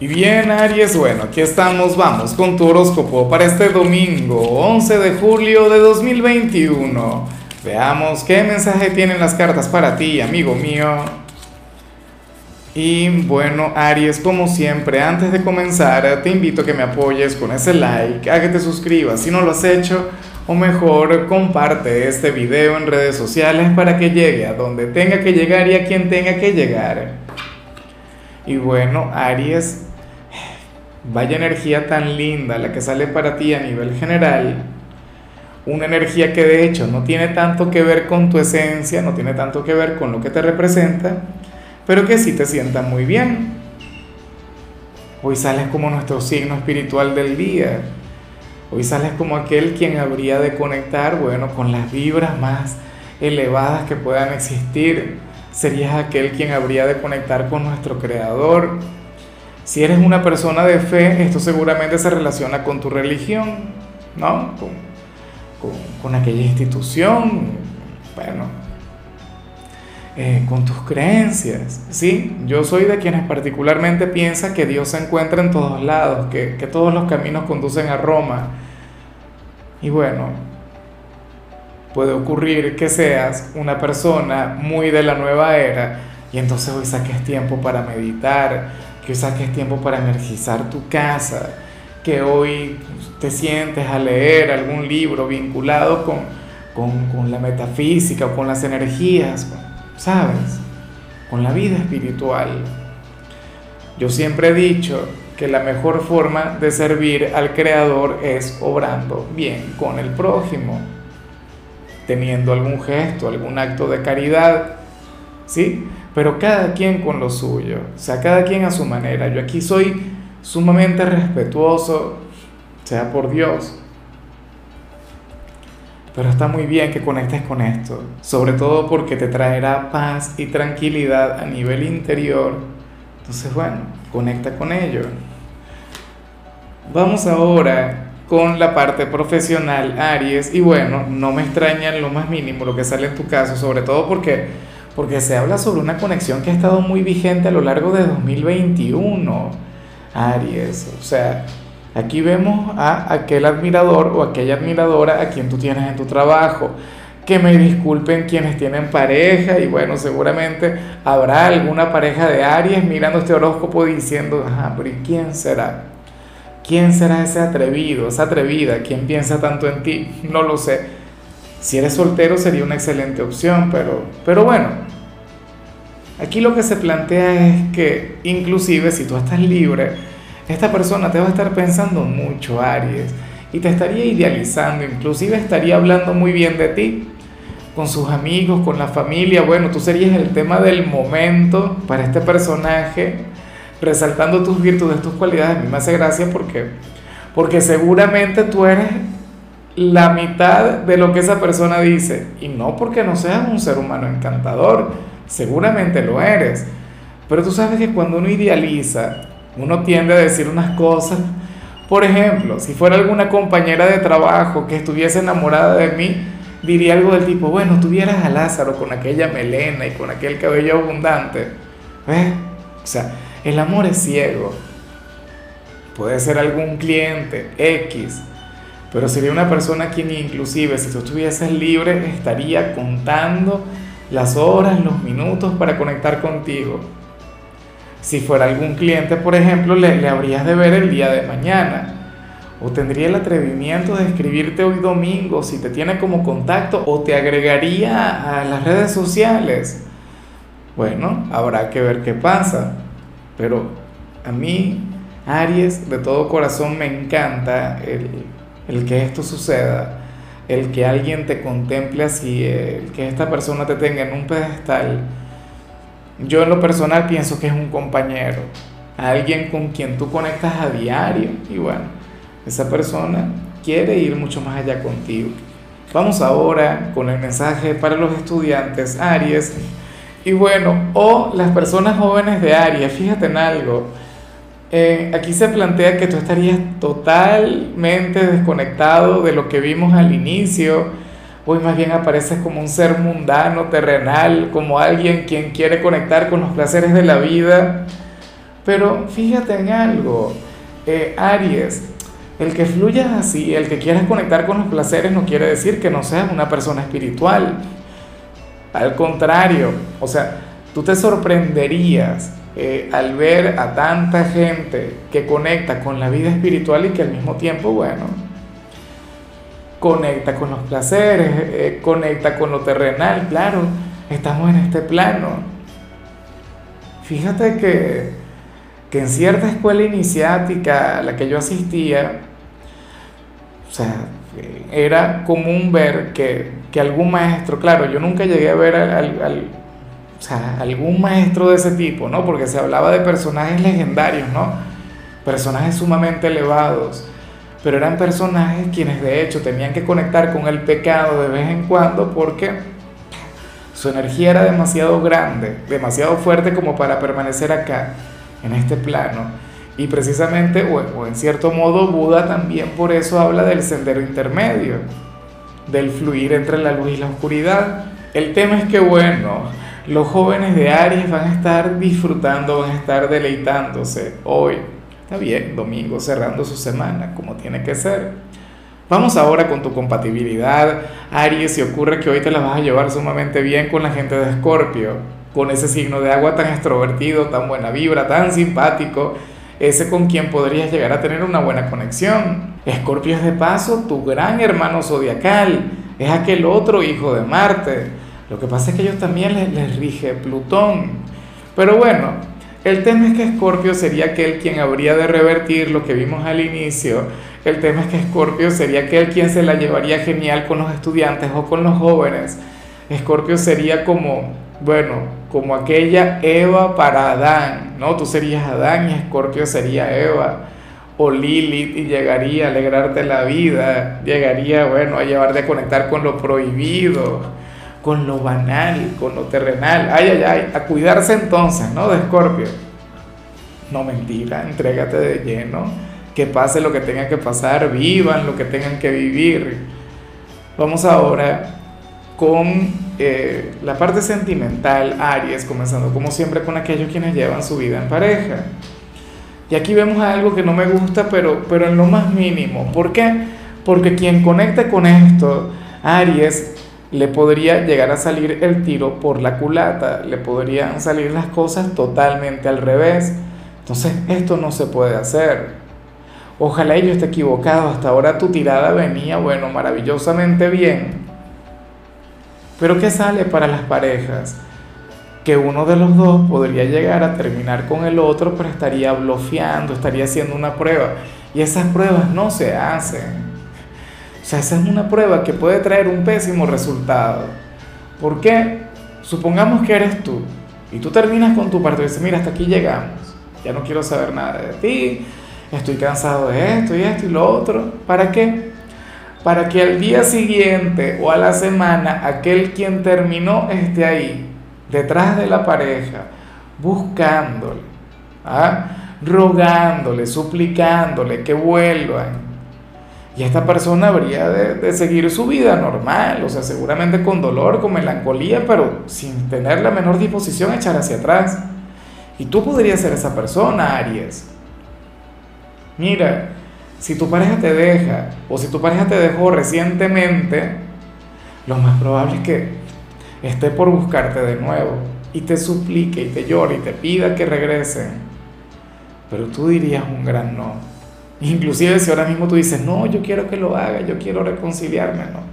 Y bien, Aries, bueno, aquí estamos, vamos con tu horóscopo para este domingo, 11 de julio de 2021. Veamos qué mensaje tienen las cartas para ti, amigo mío. Y bueno, Aries, como siempre, antes de comenzar, te invito a que me apoyes con ese like, a que te suscribas si no lo has hecho, o mejor, comparte este video en redes sociales para que llegue a donde tenga que llegar y a quien tenga que llegar. Y bueno, Aries, vaya energía tan linda la que sale para ti a nivel general. Una energía que de hecho no tiene tanto que ver con tu esencia, no tiene tanto que ver con lo que te representa, pero que sí te sienta muy bien. Hoy sales como nuestro signo espiritual del día. Hoy sales como aquel quien habría de conectar, bueno, con las vibras más elevadas que puedan existir. Serías aquel quien habría de conectar con nuestro Creador. Si eres una persona de fe, esto seguramente se relaciona con tu religión, ¿no? Con aquella institución, bueno, con tus creencias, ¿sí? Yo soy de quienes particularmente piensa que Dios se encuentra en todos lados, que todos los caminos conducen a Roma. Y bueno, puede ocurrir que seas una persona muy de la nueva era y entonces hoy saques tiempo para meditar, que hoy saques tiempo para energizar tu casa, que hoy te sientes a leer algún libro vinculado con la metafísica o con las energías, ¿sabes? Con la vida espiritual. Yo siempre he dicho que la mejor forma de servir al Creador es obrando bien con el prójimo, teniendo algún gesto, algún acto de caridad, ¿sí? Pero cada quien con lo suyo, o sea, cada quien a su manera. Yo aquí soy sumamente respetuoso, sea por Dios, pero está muy bien que conectes con esto, sobre todo porque te traerá paz y tranquilidad a nivel interior. Entonces, bueno, conecta con ello. Vamos ahora con la parte profesional, Aries, y bueno, no me extraña en lo más mínimo lo que sale en tu caso, sobre todo porque se habla sobre una conexión que ha estado muy vigente a lo largo de 2021, Aries. O sea, aquí vemos a aquel admirador o aquella admiradora a quien tú tienes en tu trabajo. Que me disculpen quienes tienen pareja y bueno, seguramente habrá alguna pareja de Aries mirando este horóscopo diciendo, ajá, pero ¿y quién será? ¿Quién será ese atrevido, esa atrevida? ¿Quién piensa tanto en ti? No lo sé. Si eres soltero sería una excelente opción, pero bueno, aquí lo que se plantea es que inclusive si tú estás libre, esta persona te va a estar pensando mucho, Aries, y te estaría idealizando, inclusive estaría hablando muy bien de ti, con sus amigos, con la familia. Bueno, tú serías el tema del momento para este personaje, resaltando tus virtudes, tus cualidades. A mí me hace gracia porque seguramente tú eres la mitad de lo que esa persona dice, y no porque no seas un ser humano encantador, seguramente lo eres, pero tú sabes que cuando uno idealiza, uno tiende a decir unas cosas. Por ejemplo, si fuera alguna compañera de trabajo que estuviese enamorada de mí, diría algo del tipo, bueno, tuvieras a Lázaro con aquella melena y con aquel cabello abundante. ¿Ves? O sea, el amor es ciego. Puede ser algún cliente X, pero sería una persona quien inclusive si tú estuvieses libre estaría contando las horas, los minutos para conectar contigo. Si fuera algún cliente, por ejemplo, le habrías de ver el día de mañana. O tendría el atrevimiento de escribirte hoy domingo si te tiene como contacto, o te agregaría a las redes sociales. Bueno, habrá que ver qué pasa. Pero a mí, Aries, de todo corazón me encanta el que esto suceda, el que alguien te contemple así, el que esta persona te tenga en un pedestal. Yo en lo personal pienso que es un compañero, alguien con quien tú conectas a diario y bueno, esa persona quiere ir mucho más allá contigo. Vamos ahora con el mensaje para los estudiantes, Aries. Y bueno, o las personas jóvenes de Aries, fíjate en algo. Aquí se plantea que tú estarías totalmente desconectado de lo que vimos al inicio. Hoy más bien apareces como un ser mundano, terrenal, como alguien quien quiere conectar con los placeres de la vida. Pero fíjate en algo, Aries, el que fluyas así, el que quieras conectar con los placeres no quiere decir que no seas una persona espiritual. Al contrario, o sea, tú te sorprenderías al ver a tanta gente que conecta con la vida espiritual y que al mismo tiempo, bueno, conecta con los placeres, conecta con lo terrenal, claro, estamos en este plano. Fíjate que en cierta escuela iniciática a la que yo asistía, o sea, era común ver que algún maestro, claro, yo nunca llegué a ver o sea, algún maestro de ese tipo, ¿no? Porque se hablaba de personajes legendarios, ¿no? Personajes sumamente elevados, pero eran personajes quienes de hecho tenían que conectar con el pecado de vez en cuando porque su energía era demasiado grande, demasiado fuerte como para permanecer acá, en este plano. Y precisamente, o en cierto modo, Buda también por eso habla del sendero intermedio, del fluir entre la luz y la oscuridad. El tema es que, bueno, los jóvenes de Aries van a estar disfrutando, van a estar deleitándose hoy. Está bien, domingo, cerrando su semana, como tiene que ser. Vamos ahora con tu compatibilidad, Aries, si ocurre que hoy te la vas a llevar sumamente bien con la gente de Escorpio, con ese signo de agua tan extrovertido, tan buena vibra, tan simpático, ese con quien podrías llegar a tener una buena conexión. Escorpio es de paso tu gran hermano zodiacal, es aquel otro hijo de Marte. Lo que pasa es que ellos también les rige Plutón. Pero bueno, el tema es que Escorpio sería aquel quien habría de revertir lo que vimos al inicio. El tema es que Escorpio sería aquel quien se la llevaría genial con los estudiantes o con los jóvenes. Escorpio sería como, bueno, como aquella Eva para Adán, ¿no? Tú serías Adán y Escorpio sería Eva. O Lilith y llegaría a alegrarte la vida, llegaría, bueno, a llevarte a conectar con lo prohibido, con lo banal, con lo terrenal. Ay, ay, ay, a cuidarse entonces, ¿no? De Escorpio. No, mentira, entrégate de lleno, que pase lo que tenga que pasar, vivan lo que tengan que vivir. Vamos ahora con la parte sentimental, Aries, comenzando como siempre con aquellos quienes llevan su vida en pareja. Y aquí vemos algo que no me gusta, pero en lo más mínimo. ¿Por qué? Porque quien conecte con esto, Aries, le podría llegar a salir el tiro por la culata, le podrían salir las cosas totalmente al revés. Entonces, esto no se puede hacer. Ojalá yo esté equivocado, hasta ahora tu tirada venía, bueno, maravillosamente bien. Pero ¿qué sale para las parejas? Que uno de los dos podría llegar a terminar con el otro, pero estaría blofeando, estaría haciendo una prueba. Y esas pruebas no se hacen. O sea, esa es una prueba que puede traer un pésimo resultado. ¿Por qué? Supongamos que eres tú y tú terminas con tu parte y dices, mira, hasta aquí llegamos, ya no quiero saber nada de ti, estoy cansado de esto y lo otro. ¿Para qué? Para que al día siguiente o a la semana aquel quien terminó esté ahí, detrás de la pareja, buscándole, rogándole, suplicándole que vuelvan. Y esta persona habría de seguir su vida normal, o sea, seguramente con dolor, con melancolía, pero sin tener la menor disposición a echar hacia atrás. Y tú podrías ser esa persona, Aries. Mira, si tu pareja te deja, o si tu pareja te dejó recientemente, lo más probable es que esté por buscarte de nuevo y te suplique y te llore y te pida que regresen. Pero tú dirías un gran no. Inclusive si ahora mismo tú dices, no, yo quiero que lo haga, yo quiero reconciliarme, no.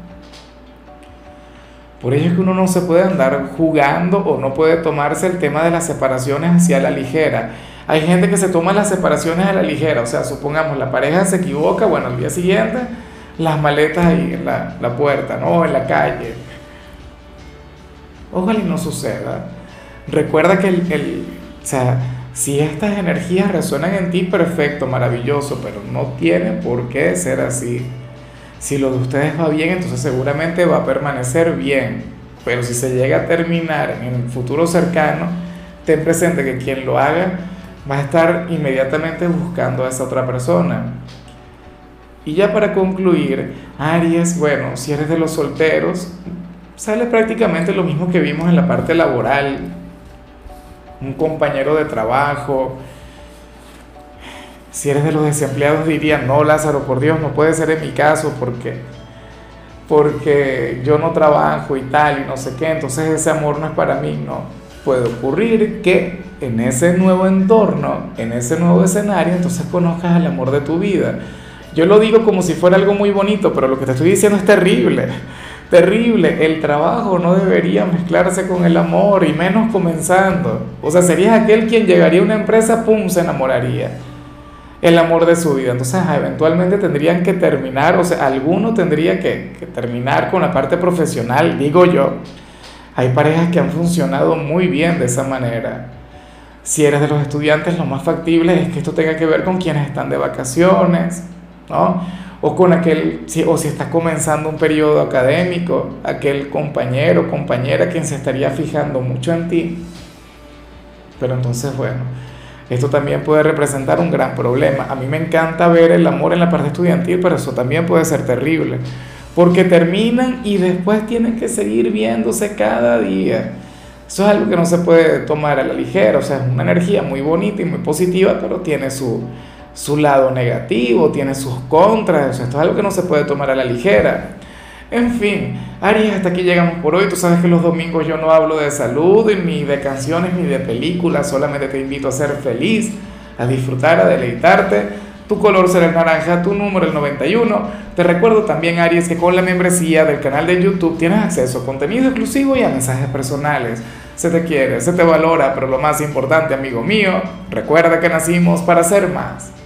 Por ello es que uno no se puede andar jugando o no puede tomarse el tema de las separaciones hacia la ligera. Hay gente que se toma las separaciones a la ligera, o sea, supongamos la pareja se equivoca, bueno, al día siguiente las maletas ahí en la puerta, ¿no? En la calle. Ojalá y no suceda. Recuerda que o sea, si estas energías resuenan en ti, perfecto, maravilloso, pero no tiene por qué ser así. Si lo de ustedes va bien, entonces seguramente va a permanecer bien. Pero si se llega a terminar en el futuro cercano, ten presente que quien lo haga va a estar inmediatamente buscando a esa otra persona. Y ya para concluir, Aries, bueno, si eres de los solteros, sale prácticamente lo mismo que vimos en la parte laboral. Un compañero de trabajo, Si eres de los desempleados diría, no, Lázaro, por Dios, no puede ser en mi caso porque yo no trabajo y tal y no sé qué, entonces ese amor no es para mí. No, puede ocurrir que en ese nuevo entorno, en ese nuevo escenario, entonces conozcas al amor de tu vida. Yo lo digo como si fuera algo muy bonito, pero lo que te estoy diciendo es terrible, terrible. El trabajo no debería mezclarse con el amor y menos comenzando. O sea, serías aquel quien llegaría a una empresa, pum, se enamoraría el amor de su vida. Entonces, eventualmente tendrían que terminar, o sea, alguno tendría que terminar con la parte profesional, digo yo. Hay parejas que han funcionado muy bien de esa manera. Si eres de los estudiantes, lo más factible es que esto tenga que ver con quienes están de vacaciones, ¿no? O con aquel, o si estás comenzando un periodo académico, aquel compañero o compañera quien se estaría fijando mucho en ti. Pero entonces, bueno, esto también puede representar un gran problema. A mí me encanta ver el amor en la parte estudiantil, pero eso también puede ser terrible, porque terminan y después tienen que seguir viéndose cada día. Eso es algo que no se puede tomar a la ligera, o sea, es una energía muy bonita y muy positiva, pero tiene su lado negativo, tiene sus contras, o sea, esto es algo que no se puede tomar a la ligera. En fin, Aries, hasta aquí llegamos por hoy. Tú sabes que los domingos yo no hablo de salud, ni de canciones, ni de películas. Solamente te invito a ser feliz, a disfrutar, a deleitarte. Tu color será el naranja, tu número el 91. Te recuerdo también, Aries, que con la membresía del canal de YouTube tienes acceso a contenido exclusivo y a mensajes personales. Se te quiere, se te valora, pero lo más importante, amigo mío, recuerda que nacimos para ser más.